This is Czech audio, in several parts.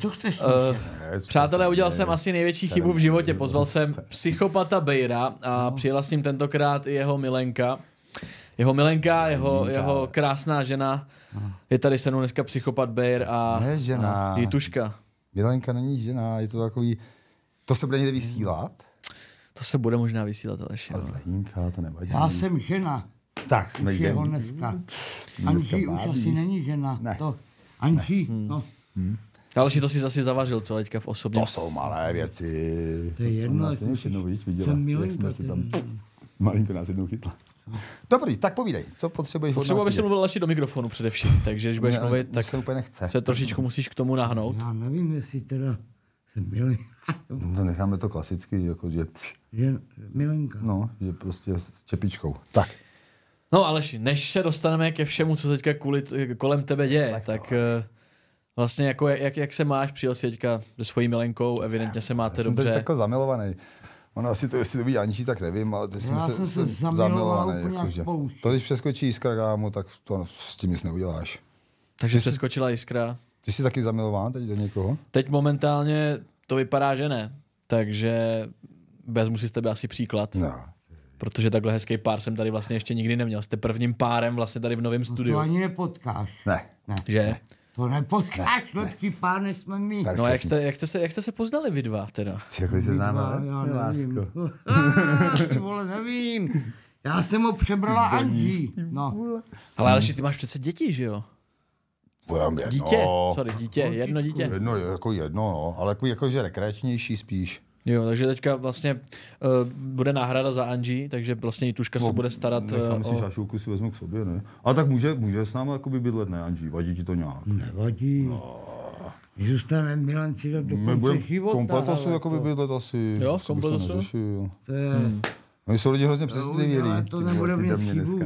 co chceš? Přátelé, udělal jsem asi největší chybu v životě. Pozval jsem psychopata Bejra a přijela s ním tentokrát i jeho milenka. Jeho krásná žena. Je tady se mnou dneska psychopat Bejr a Jituška. Milenka není žena, je to takový... To se bude někde vysílat? To se bude možná vysílat, ale A zlehínka, to nevadí. Já jsem žena. Tak jsme už jeho dneska. Anží už asi není žena. Ne. To, Anží, no. Další to si zase zavařil, co teďka v osobě. To jsou malé věci. To je jedno. Jsem milenka. Malinko nás jednou chytla. Dobrý, tak povídej, co potřebuješ od nás? Potřebuji, aby se mluvil další do mikrofonu především, takže když budeš mluvit, tak se úplně nechce. Se trošičku musíš k tomu nahnout. Já nevím, jestli teda jsem milenka. No, necháme to klasicky, jako že milenka. No, že prostě s čepičkou. Tak. No Aleši, než se dostaneme ke všemu, co se teďka kolem tebe děje, tak vlastně jako jak se máš, přijel si teďka se svojí milenkou, evidentně se máte dobře. Jsem teď jako zamilovaný. Ono asi to, jestli dobí Anží, tak nevím, ale teď jsme se zamilovaný. Jakože. To, když přeskočí jiskra, kámo, tak to s tím nic neuděláš. Takže přeskočila jiskra. Ty jsi taky zamilován teď do někoho? Teď momentálně to vypadá, že ne. Takže vezmu si z tebe asi příklad. No. Protože takhle hezký pár jsem tady vlastně ještě nikdy neměl. Jste prvním párem vlastně tady v novém studiu. To ani nepotkáš. Ne. Že? To nepotkáš, lepší pár, než jsme my. No a jak jste se poznali vy dva teda? Jak se známe, já nevím. Ty vole, nevím. Já jsem ho přebrala Anží. No. Ale Aleši, ty máš přece děti, že jo? Dítě, jedno dítě. Jedno, no, ale jakože rekreačnější spíš. Jo, takže teďka vlastně bude náhrada za Anží, takže vlastně Jituška se bude starat si šašulku si vezmu k sobě, ne? A tak může s námi jakoby bydlet, ne, Anží? Vadí ti to nějak? Nevadí. No. Když zůstane Milanci do konce života. Kompleto jakoby bydlet asi. Jo, kompleto jsou. To je... Oni jsou lidi hrozně přesvědlivělí. To nebude mě chybu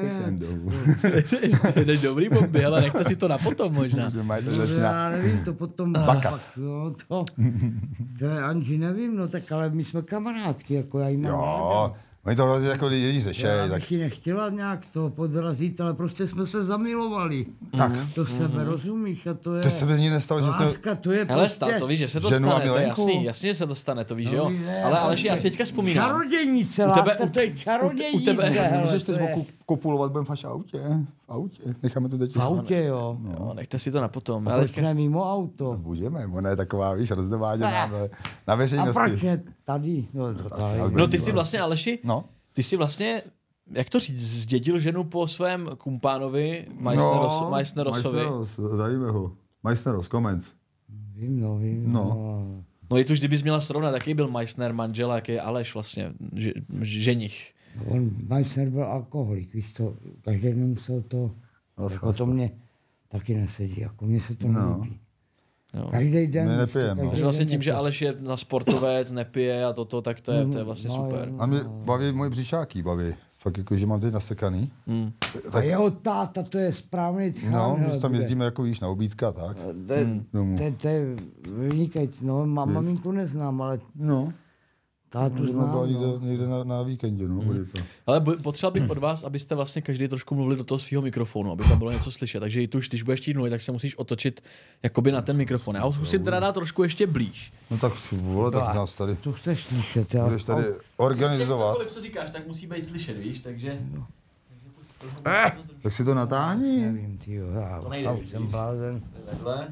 Jdeš dobrý bomby, ale nechte si to na potom možná. Já nevím, to potom... Bakat. To je Anží, nevím, no tak ale my jsme kamarádky, jako já jí mám ráda. Oni to vlastně jako lidi řešejí. Já bych ji nechtěla nějak to podrazit, ale prostě jsme se zamilovali. Tak. To sebe rozumíš a to je... To se by ní nestalo, že láska, to je hele, prostě... to víš, že se to stane, to je jasně, že se to stane, to víš, jo? Ale Aleši, já si teďka vzpomínám. Čarodějnice, láska, to je čarodějnice. Můžeš teď kopulovat, budeme v autě. V autě, necháme to teď. V autě, jo. Jo, nechte si to na potom. A proč ne mimo auto? Můžeme, ona je taková, víš, rozdováděná na veřejnosti. A proč ne tady? No ty si vlastně, Aleši, no. Ty si vlastně, jak to říct, zdědil ženu po svém kumpánovi, Meissnerosovi. Zajíme ho. Meissneros, komenc. Vím. No i tu, kdybys měla srovnat, jaký byl Meissner manžel, jaký je Aleš vlastně, ženich. On, Meissner byl alkoholik, víš to, každý musel to, jako to mě taky nesedí, jako mně se to nelíbí. Jo. Každý den. My nepijeme. Takže vlastně tím, že Aleš je na sportovec, nepije a toto, tak to je vlastně super. A mě baví moje břišáky, fakt jako, že mám teď nasekaný. Tak... A jeho táta, to je správný tchán. No, my tam jezdíme jako víš, na obídka, tak. To je vynikající, no, maminku neznám, ale tátu znám. Někde na víkendě, no. Ale potřeboval bych od vás, abyste vlastně každý trošku mluvili do toho svého mikrofonu, aby tam bylo něco slyšet. Takže i tu, když budeš chtít mluvit, tak se musíš otočit jakoby na ten mikrofon. Já ho zkusím teda dát trošku ještě blíž. No tak vole, tak nás tady. Tu chceš slyšet, já. Budeš tady organizovat. Cokoliv, co říkáš, tak musí být slyšet, víš, takže... Tak si to natáhni. Nevím, tyjo, já už jsem blázen. Takhle.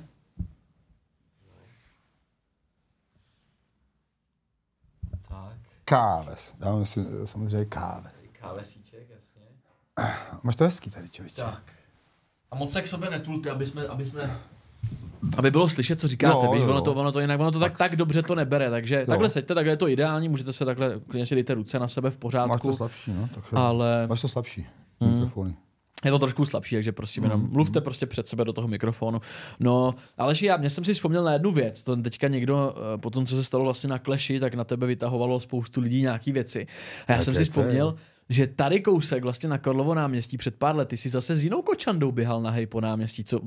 Káves. Dáme si samozřejmě káves. Kávesíček, jasně. Máš to hezký tady, člověče. Tak. A moc se k sobě netulte, aby bylo slyšet, co říkáte, víš, ono to tak dobře to nebere, takže takhle seďte, takhle je to ideální, můžete se takhle, klidně si dejte ruce na sebe v pořádku. Máš to slabší, no. Ale... Máš to slabší, mikrofony. Je to trošku slabší, takže prosím, jenom mluvte prostě před sebe do toho mikrofonu. No, Aleši, mě jsem si vzpomněl na jednu věc. To teďka někdo, po tom, co se stalo vlastně na Clashi, tak na tebe vytahovalo spoustu lidí nějaký věci. A já jsem si vzpomněl, že tady kousek vlastně na Karlovo náměstí před pár lety si zase s jinou kočandou běhal nahej po náměstí. Co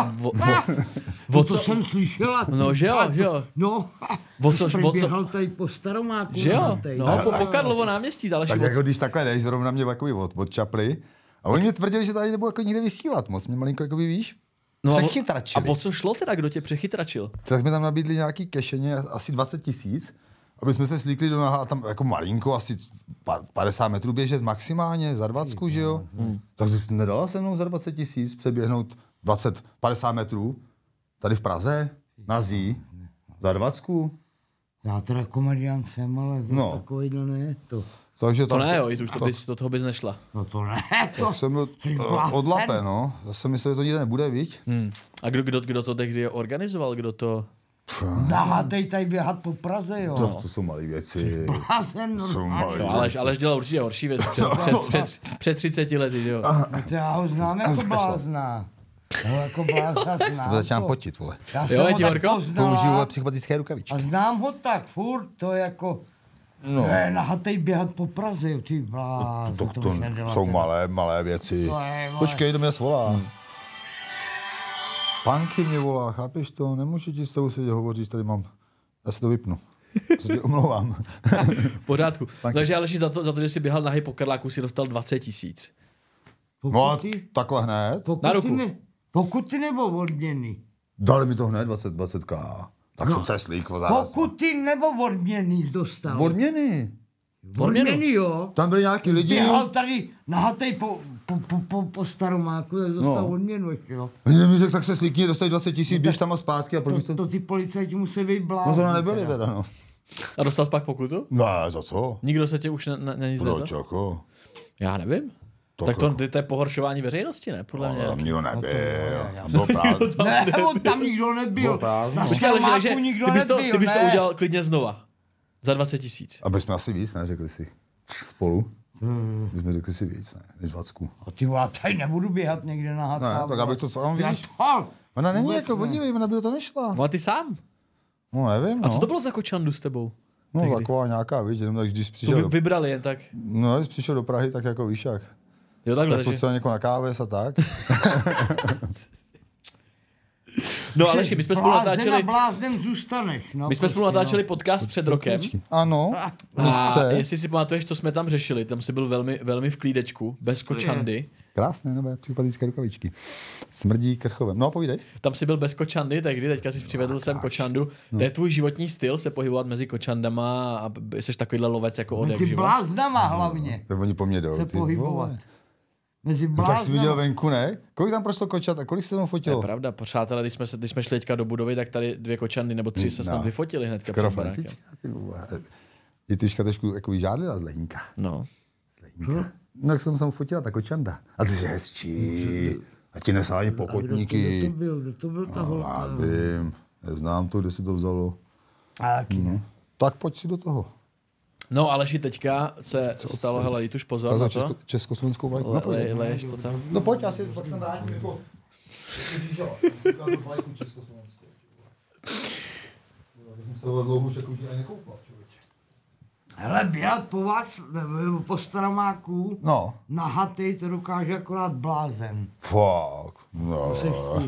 jsem slyšela. No, že jo. No, běhal tady po Staromáku. Že jo, no, po Karlovo náměstí. Tak jako když takhle jdeš, zrovna mě takový od čaply. A oni mi tvrdili, že tady nebudu jako nikde vysílat moc. Mě malinko jakoby víš. přechytračili. A o co šlo teda, kdo tě přechytračil? Tak jsme tam nabídli nějaký kešeně, asi 20 000, aby jsme se slíkli do naha a tam jako malinko, asi 50 metrů běžet maximálně za 20, že jo? Tak bys nedala se mnou za 20 000 přeběhnout 50 metrů tady v Praze, na Zí, za 20. Já teda komediant jsem, ale za takovýhle ne to. Takže to ne, jo, i do toho bys nešla. No to ne, to. Tak jsem byl od lape, no. Já jsem myslel, že to nikde nebude, viď? A kdo to tehdy organizoval, kdo to... Nahatej tady běhat po Praze, jo. To jsou malé věci. Blázen, No, Aleš dělal určitě horší věc před 30 lety, jo. No to já ho znám jako blázna. No jako blázna znám. To začínám potit, vole. Jo, je ti horko? Použiju psychopatické rukavičky. A znám ho tak furt, to je jako... No. Nahatej běhat po Praze, jo, ty blázen. To jsou malé věci. Počkej, to mě svolá. Panky mě volá, chápeš to? Nemůžu ti s tou sedět hovořit, tady mám. Já si to vypnu. Co ti omlouvám. V pořádku. Takže Aleši, za to, že jsi běhal nahej po Karláku, si dostal 20 000. No ale takhle hned. Na ruku. Pokuty nebo odměny? Dali mi to hned 20k. Tak jsem se slík. Pokuty nebo odměny dostal? Odměny. Odměny, jo. Tam byli nějaký lidi. Běhal tady nahatej po Staromáku, tak dostal odměnu ještě, jo. Oni mi řekl, tak se slíkni, dostali 20 000, běž tam a zpátky. A to ty policajti musí být blázni. No to nebyli teda, no. A dostal jsi pak pokutu? Ne, za co? Nikdo se tě už na nic nedal? Proč jako? Já nevím. Tak to je pohoršování veřejnosti, ne? Podle mě. Tam nikdo nebyl. Bylo prázdno. Ne, tam nikdo nebyl. Počkej, ale že ty bys to udělal klidně znova. Za 20 000. Aby jsme asi víc, ne? Řekli si. Spolu. My jsme řekli si víc, ne? Než 20. A ty já tady nebudu běhat někde na hatá. Ne, tak abych to sám víš. Ona není jako, podívej, ona by do toho nešla. No a ty sám? No nevím, no. A co to bylo za kočandu s tebou? No taková nějaká, víš, jenom tak když přišel... To vybrali jen tak? No, když přišel do Prahy, tak jako víš jak. Jo, takhle. Tak potřeba někoho na káves a tak. No Aleši, my jsme spolu natáčeli... Bláznem zůstaneš. No, my jsme spolu natáčeli podcast před rokem. Ano. A jestli si pamatuješ, co jsme tam řešili, tam jsi byl velmi, velmi v klídečku, bez kočandy. Krásné, nové psychopatické rukavičky. Smrdí krchovem. No, povídej. Tam jsi byl bez kočandy, tehdy, teďka jsi přivedl sem kočandu. To je tvůj životní styl, se pohybovat mezi kočandama a jsi takovýhle lovec jako Odek, mezi bláznama hlavně. Tak oni po mně jdou. Se pohybovat. Mezi no, tak jsi viděl venku, ne? Kolik tam prošlo kočat a kolik se tam fotilo? To je pravda, přátelé, když jsme šli teďka do budovy, tak tady 2 kočandy nebo 3 se tam vyfotili hnedka před barákem. Je tuška trošku jako vyžádlila zlehínka. No. Zlehínka. No, jak jsem tam fotila, ta kočanda. A ty jsi hezčí. A ti nesáhli pokotníky. Kdo to byl ta holka? Já vím. Neznám to, kde si to vzalo. A taky ne. Tak pojď si do toho. No, Aleši, teďka se stalo, hele, jít už pozor na to. Československou vlajku. Leješ to tam. No pojď, já si pak sem vrátím jako... vlajku československou. Já jsem se dlouho už ani nekoupal, člověče. Hele, běhat po vás, po Staromáku, na haty, to dokáže akorát blázen. Fakt, no.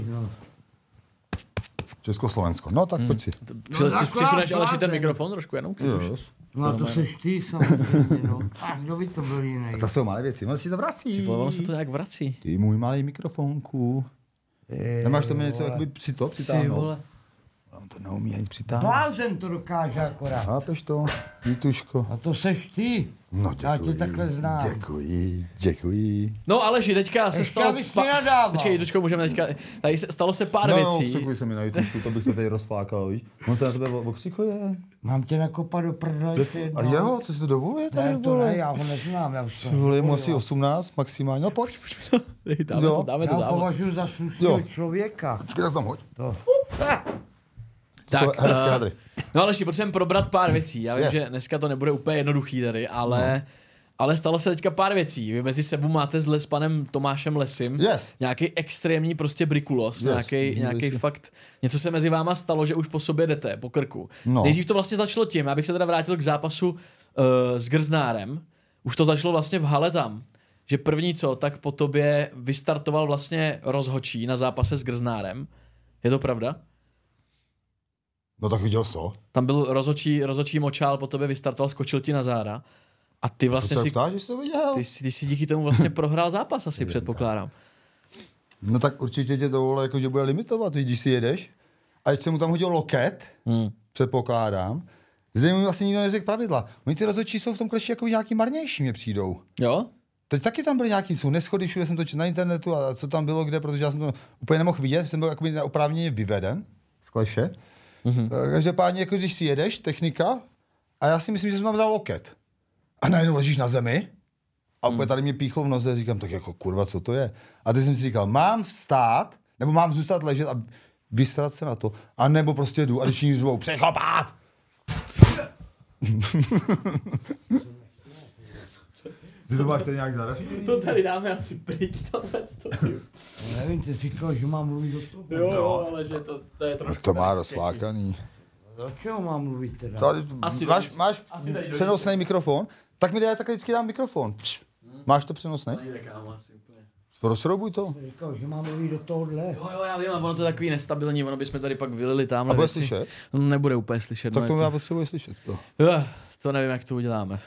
Československo, no tak pojď si. Přisuneš Aleši ten mikrofon trošku jenom? No a to seš ty samozřejmě, no. A kdo by to byl jiný? A to jsou malé věci, ono si to vrací. Ono se to nějak vrací. Ty můj malý mikrofonku. Nemáš to mě něco jakoby přitáhnout? On to neumí ani přitáhnout. Blázen to dokáže akorát. Chápeš to, Vítuško? A to seš ty. No děkuji. Já tě takhle znám. Děkuji. No Aleši, teďka se stalo... Počkej, Vítuško, můžeme teďka... Tady stalo se pár věcí. No, přikuj se mi na YouTube, to bych to tady rozflákal, víš? On se na tebe okřikuje. Mám tě nakopat do prdele. A jeho, co si to dovoluje tady? Ne, to ne, já ho neznám. Volej mu asi 18 maximálně, no pojď. Dáme to. Já považuji za slušného člověka. Počkej, tak tam hoď. Tak, herecké hadry. No Aleši, potřebujeme probrat pár věcí. Já vím, že dneska to nebude úplně jednoduchý tady, ale stalo se teďka pár věcí. Vy mezi sebou máte s panem Tomášem Lesim nějaký extrémní prostě brikulos, nějaký fakt, něco se mezi váma stalo, že už po sobě jdete, po krku. No. Nejdřív to vlastně začalo tím, já bych se teda vrátil k zápasu s Grznárem. Už to začalo vlastně v hale tam, že první co, tak po tobě vystartoval vlastně rozhodčí na zápase s Grznárem. Je to pravda? No tak viděl jsi to. Tam byl rozhodčí močál, po tobě vystartoval, skočil ti na záda. A ty vlastně to ptáš, že jsi to viděl? Ty si díky tomu vlastně prohrál zápas asi, předpokládám. No tak určitě tě to vole, jako, že bude limitovat, když si jedeš. A když se mu tam hodil loket, předpokládám, zde mu vlastně nikdo neřekl pravidla. Oni ty rozhodčí jsou v tom kleši jako nějaký marnější, mě přijdou. Jo? Teď taky tam byly nějaký, jsou neschody, všude jsem to četl na internetu a co tam bylo kde, protože já jsem to úplně nemohl vidět, jsem byl jakoby neoprávněně vyveden z kleše. Každopádně, jako když si jedeš, technika, a já si myslím, že jsem tam dal loket. A najednou ležíš na zemi a úplně tady mě píchlo v noze, říkám, tak jako kurva, co to je? A teď jsem si říkal, mám vstát, nebo mám zůstat ležet a vystrat se na to, a nebo prostě jdu a když ní řvou, přechopat! Ty to máš tady nějak zaražený? To tady dáme asi pryč, Nevím, ty říkal, že mám mluvit do toho. Jo, ale že to je trošku... To má rozflákaný. Do čeho mám mluvit teda? Tady, Asi máš tady přenosný mikrofon? Tak mi takhle vždycky dám mikrofon. Máš to přenosný? Nejde, kámo, asi úplně. Rozšroubuj to. Říkal, že mám mluvit do tohohle. Jo, já vím, a ono to je takový nestabilní, ono bychom tady pak vylili tamhle A bude věci. slyšet? No, nebude úplně slyšet. Tak no, to já potřebuji slyšet. to nevím, jak to uděláme.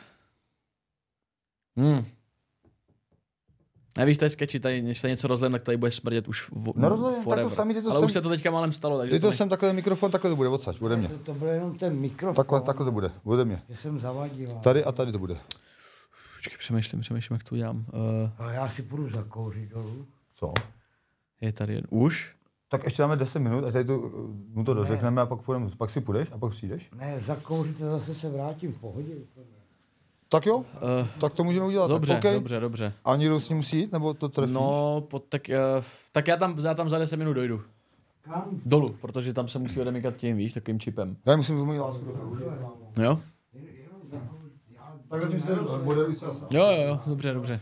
Nevíš, to je sketchy, tady, než tady něco rozlem, tak tady bude smrdět už Rozlejím, forever. tak to samý, Ale už se to teďka málem stalo, takže Když to jsem takhle mikrofon, takhle to bude odsaď, bude mě. To bude jenom ten mikrofon. Takhle to bude, bude mě. Že jsem zavadil. Tady a tady to bude. Počkej, přemýšlím, jak to udělám. A já si půjdu zakouřit dolů. Co? Je tady jen. Už? Tak ještě dáme 10 minut a tady mu to dořekneme a pak si půjdeš a pak přijdeš. Ne, zakouřit a zase se vrátím v pohodě. Tak jo, tak to můžeme udělat. Dobře, tak, okay. dobře. A někdo s ním musí jít, nebo to trefíš? No, tak já tam za 10 minut dojdu. Kam? Dolů, protože tam se musí odemykat tím, víš, takovým čipem. Já musím vzít můj lásku. Jo? Tak zatím jste moderuj čas. Jo, dobře.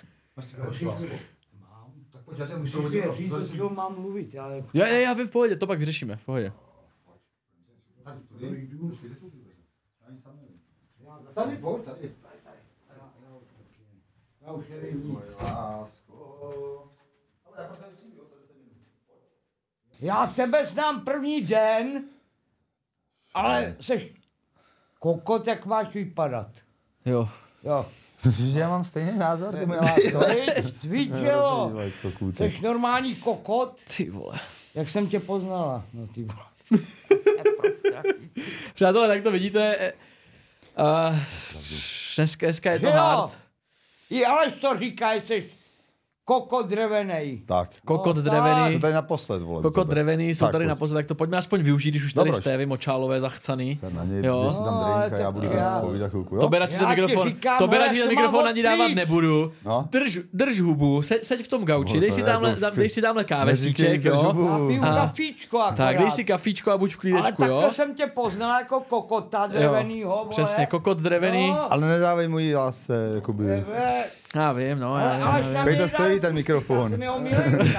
Tak pojď, já tě Musíš mi říct, o čem mám mluvit, ale... Já vím, v pohodě, to pak vyřešíme, v pohodě. Tady, pojď, tady. Já už nevím nic. Já tebe znám první den, ale seš kokot, jak máš vypadat. Jo. Jo. Že já mám stejný názor, ty moje lásko. Víš, jo. Seš normální kokot, Ty vole. jak jsem tě poznala. No ty vole. Přátelé, tak to vidíte. Dneska je to Že jo? hard. I Aleš to říká, že jsi kokot drevenej. Tak. Kokot No, drevený. To tady naposled, vole. Kokot drevený jsou Tak, tady pojď. naposled, tak to pojďme aspoň využít, když už tady Dobroš. jste, vy močálové zachcaný. Na něj, Jo. když si tam No, ale drink a já tak budu já- povídat chvilku, jo? To radši ten Já ti mikrofon, říkám, to hele, radši ten to mikrofon mám ani dávat odpít. nebudu. No. Drž hubu, seď v tom gauči, No, dej to si je tamhle, jako- dej si tamhle Neříkej, kávesíček, drž jo. hubu. Já piju A- kafíčko akorát. Tak dej si kafíčko a buď v Ale klídečku, takhle jo. jsem tě poznal jako kokota drevenýho, vole. Přesně, kokot drevený. No. Ale nedávej mojí lásce, jakoby. Já vím, no. Ale až na Kolik mě to stojí, dal- ten mikrofon? Já jsem jeho milenka.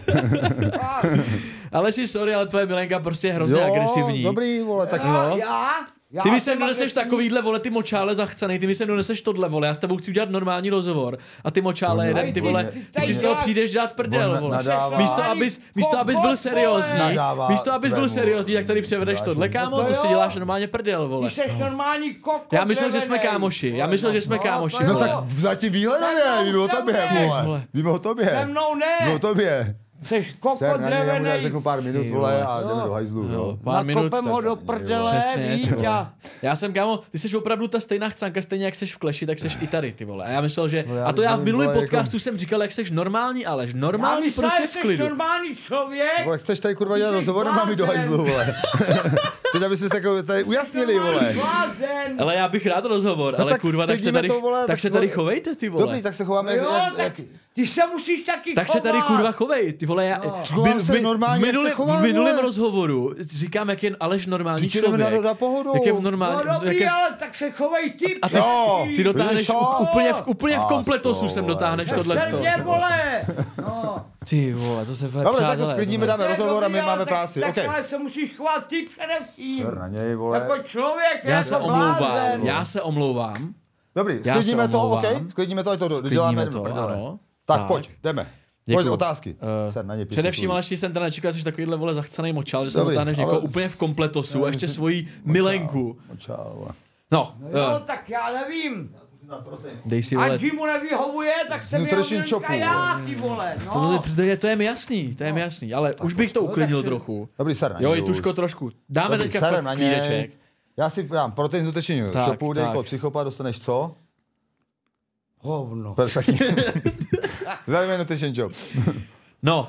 Ale si sorry, ale tvoje milenka prostě je hrozně agresivní. dobrý, vole, tak Jo. Já Ty mi jsem sem doneseš agresivní. takovýhle, vole, ty močále zachcenej, ty mi sem doneseš tohle, vole, já s tebou chci udělat normální rozhovor a ty močále jeden, ty vole, ty si z toho přijdeš dát prdel, On vole. nadává. Místo abys byl seriózní, Nadává místo abys byl tvému- seriózní, tak tady převedeš tohle, kámo, No to to si jo. děláš normálně prdel, vole. Ty seš normální kokot Já myslel, že jsme drevenej. kámoši, já myslel, že jsme No, kámoši, to jo. No vole. tak zatím výhledově, víme o tobě, Vole. vole. Víme o tobě. Se mnou Víme ne. o tobě. Seš kokot Ser, já mu drevenej. řeknu pár minut, vole, a jdeme do hajzlu, jo. Pár minut. Nakopem ho do prdele, Přesně, víš, ty vole. a... Já jsem, kámo, ty jsi opravdu ta stejná chcánka, stejně jak jsi v Kleši, tak jsi i tady, ty vole. A já myslel, že, já a to já v nevím, minulém vole, podcastu jsem říkal, jak jsi normální, Aleš, normální myslel, prostě že v jsi klidu. normální člověk. Vole, chceš tady kurva dělat Ty jsi rozhovor, nemám jít do blázen. hajzlu, vole. Teď abychom se jako tady ujasnili, vole. Blázen. Ale já bych rád rozhovor, No ale tak kurva, tak se sklidíme tady, to, vole, tak tak se tady vole. chovejte, ty vole. Dobrý, tak se chováme No jo, jak... tak ty se musíš taky Tak se tady chovat. kurva chovej, ty vole, já Chovám se normálně, jak se chovám, v minulém vole. rozhovoru říkám, jak je Aleš normální Ty tě jdeme člověk. na pohodu. Jak je v No normální, jak dobrý, je, ale tak se chovej ty. a ty, Jo, ty dotáhneš vidíš to? úplně v kompletosu sem vole. dotáhneš tohle Se mě, vole. No. Ty vole, to se fakt Dobře, tak to přátelé, sklidníme, dáme To je rozhovor a dobrý, my ale máme tak- práci, tak okej. ale se musíš chovat ty především. Ser na něj, vole. Jako člověk, Já jako se omlouvám, blázen. já se omlouvám. Dobrý, Já sklidníme se to, omlouvám. okej? Sklidíme to, ať to doděláme. Sklidníme to, ano. Tak pojď, jdeme. Pojď Děkuju. otázky. Ser na něj píši Především, svůj. ale ještě jsem teda nečekal, že jsi takovýhle vole zachcenej močal, že se Dobrý, dotáhneš ale- někoho úplně v kompletosu a ještě svoji milenku. Čau, vole. No, No jo, tak já nevím. Dej si, vole. A mu nevyhovuje, tak se mi Nutrition ho chopu. já, ty vole, no. To je mi jasný, ale už bych to uklidnil trochu. Dobrý, ser na Jo, něj i už. tuško trošku. Dáme Dobrý, teďka serem fakt na něj. klídeček. Já si dám protein z nutrition Tak, shopu, dej tak. kód psychopat, dostaneš co? Hovno. Perfektně. Zdravíme nutrition shop. No,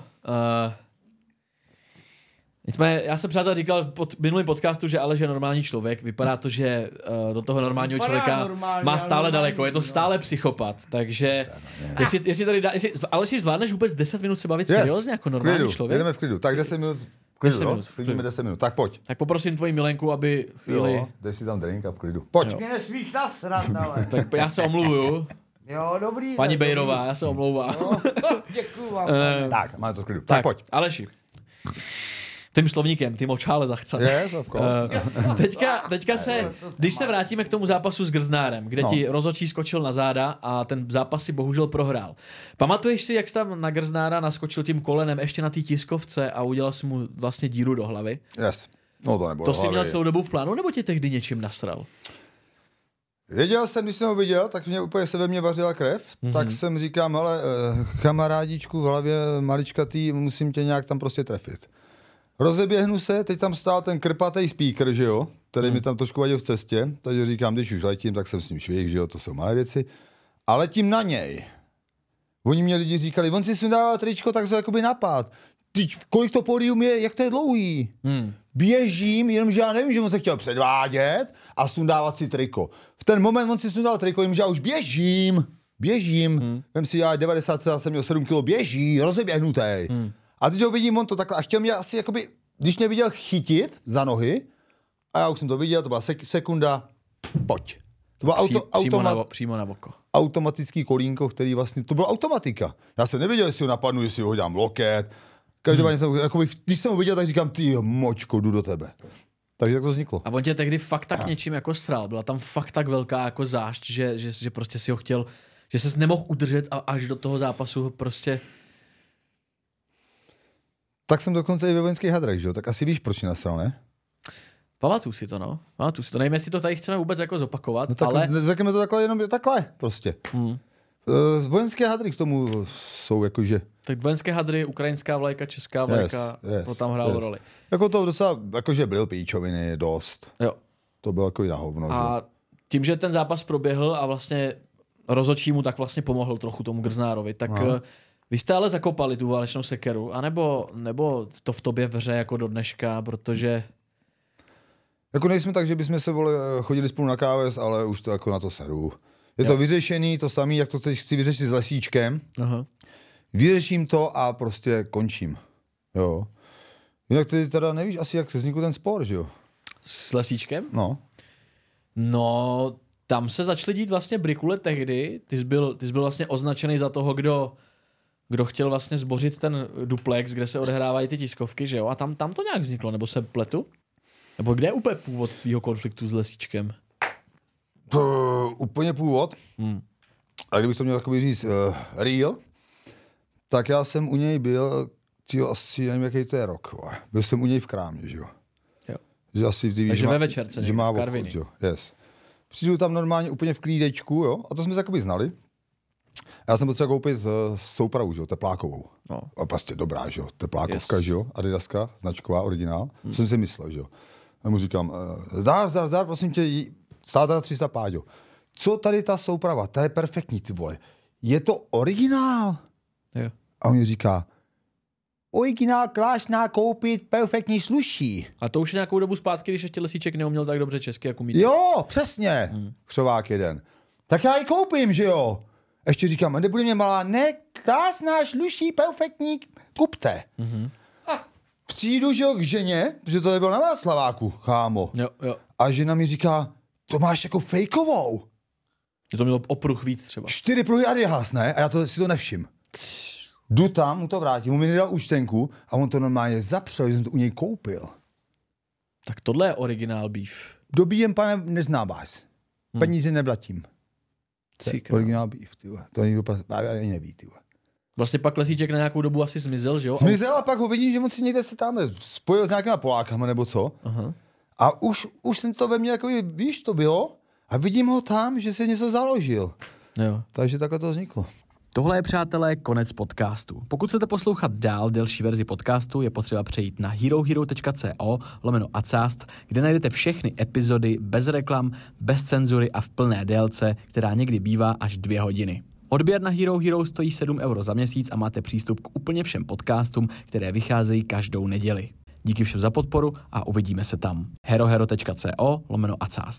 nicméně, já jsem přátel říkal pod minulým podcastu, že Aleš je normální člověk. Vypadá to, že do toho normálního Vypadá člověka normálně, má ale stále normální, daleko. Je to no. stále psychopat. Takže jestli tady Aleš si zvládneš vůbec 10 minut se bavit seriózně jako normální klidu, člověk? jedeme v klidu. Tak 10 minut. Klidu, 10 no? minut, v klidu. Klidíme 10 minut. Tak pojď. Tak poprosím tvoji milenku, aby chvíli... Jo, dej si tam drink a v klidu. Pojď. Mě nesmíš nasrat, ale. Tak já se omluvuju. Jo, dobrý. Paní dobrý. Bejrová, já se omlouvám. Jo, děkuju vám. Tak, máme to v klidu. Tak pojď. Aleši. Tím slovníkem, tím očále zachce. Yes, of course. Teďka se, když se vrátíme k tomu zápasu s Grznárem, kde ti rozhodčí skočil na záda a ten zápas si bohužel prohrál. Pamatuješ si, jak jsi tam na Grznára naskočil tím kolenem ještě na té tiskovce a udělal si mu vlastně díru do hlavy? Yes. No to nebylo. To jsi měl celou dobu v plánu, nebo tě tehdy něčím nasral? Věděl jsem, když jsem ho viděl, tak mě úplně se ve mně vařila krev, tak jsem říkám, hele, kamarádičku v hlavě maličkatý, musím tě nějak tam prostě trefit. Rozeběhnu se, teď tam stál ten krpatý speaker, že jo, který mi tam trošku vadil v cestě, takže říkám, když už letím, tak jsem s ním švih, že jo, to jsou malé věci. A letím na něj. Oni mě lidi říkali, on si sundával tričko, tak se jakoby napad. Teď, kolik to pódium je, jak to je dlouhý? Běžím, jenomže já nevím, že on se chtěl předvádět a sundávat si triko. V ten moment on si sundal triko, jenomže já už běžím. Vem si, já 90 jsem měl 7 kg, běží, rozeběhnutej. A teď ho vidím, on to takhle, a chtěl mě asi jakoby, když mě viděl chytit za nohy, a já už jsem to viděl, to byla sekunda, pojď. To bylo přímo na oko. automatický kolínko, který vlastně, to byla automatika. Já jsem nevěděl, jestli ho napadnu, jestli ho dám loket. Každopádně jsem, jakoby, když jsem ho viděl, tak říkám, ty močko, jdu do tebe. Takže tak to vzniklo. A on tě tehdy fakt tak něčím jako sral. Byla tam fakt tak velká jako zášť, že prostě si ho chtěl, že ses nemohl udržet a až do toho zápasu prostě... Tak jsem dokonce i ve vojenských hadrech, že jo? Tak asi víš, proč mě nasral, ne? Pamatuju si to, no. Nevím, jestli to tady chceme vůbec jako zopakovat, No tak, ale... řekněme to takhle, jenom takhle, prostě. Vojenské hadry k tomu jsou jakože... Tak vojenské hadry, ukrajinská vlajka, česká vlajka, to tam hrálo roli. Jako to docela, jakože byl píčoviny dost. Jo. To bylo jako i na hovno, A tím, že ten zápas proběhl a vlastně rozhodčí mu tak vlastně pomohl trochu tomu Grznárovi, tak vy jste ale zakopali tu válečnou sekeru, nebo to v tobě vře jako do dneška, protože... Jako nejsme tak, že bychom se chodili spolu na káves, ale už to jako na to seru. Je to vyřešený, to samé, jak to teď chci vyřešit s Lesíčkem. Aha. Vyřeším to a prostě končím. Jo. Jinak ty teda nevíš asi, jak vznikl ten spor, že jo? S Lesíčkem? No. Tam se začaly dít vlastně brikule tehdy. Ty jsi byl vlastně označený za toho, kdo chtěl vlastně zbořit ten duplex, kde se odehrávají ty tiskovky, že jo? A tam to nějak vzniklo, nebo se pletu? Nebo kde je úplně původ tvýho konfliktu s Lesíčkem? To úplně původ. A kdybych to měl takový říct real, tak já jsem u něj byl, asi nevím, jaký to je rok. Byl jsem u něj v krámě, že jo? Že asi ty víš, takže ve večerce, že má v Karviní. obchod, jo? Yes. Přijdu tam normálně úplně v klídečku, jo? A to jsme se jakoby znali. Já jsem potřeboval koupit soupravu, že jo? Teplákovou. No. A prostě dobrá, že jo? Teplákovka, že jo? Adidaska, značková, originál. Co jsem si myslel, že jo? A mu říkám, zdar, prosím tě, stále teda 300 páďo. Co tady ta souprava? Ta je perfektní, ty vole. Je to originál? Jo. A on mi říká, originál klášná koupit, perfektní sluší. A to už je nějakou dobu zpátky, když ještě Lesíček neuměl tak dobře česky, jako mít. Jo, přesně. Křovák jeden. Tak já ji koupím, že jo? Ještě říkám, nebude mě malá, ne, krásná, sluší, perfektní, kupte. Přijdu, že jo, k ženě, protože to nebylo na Václaváku, chámo. Jo. A žena mi říká, to máš jako fejkovou. Že to mělo opruh víc třeba. 4 pruhy Adidas, ne? A já si to nevšim. Jdu tam, mu to vrátím, mu mi nedal účtenku a on to normálně zapřel, že jsem to u něj koupil. Tak tohle je originál beef. Dobíjem, pane, neznám vás. Peníze neblatím. Originál beef, tyhle. To nikdo ani neví, tyhle. Vlastně pak Lesíček na nějakou dobu asi zmizel, že jo? Zmizel a pak ho vidím, že on si někde se tam spojil s nějakýma Polákama nebo co. Aha. A už jsem to ve mně, jako víš, to bylo. A vidím ho tam, že se něco založil. Jo. Takže takhle to vzniklo. Tohle je, přátelé, konec podcastu. Pokud chcete poslouchat dál delší verzi podcastu, je potřeba přejít na herohero.co/acast, kde najdete všechny epizody bez reklam, bez cenzury a v plné délce, která někdy bývá až 2 hodiny. Odběr na Hero Hero stojí 7 € za měsíc a máte přístup k úplně všem podcastům, které vycházejí každou neděli. Díky všem za podporu a uvidíme se tam. herohero.co/acast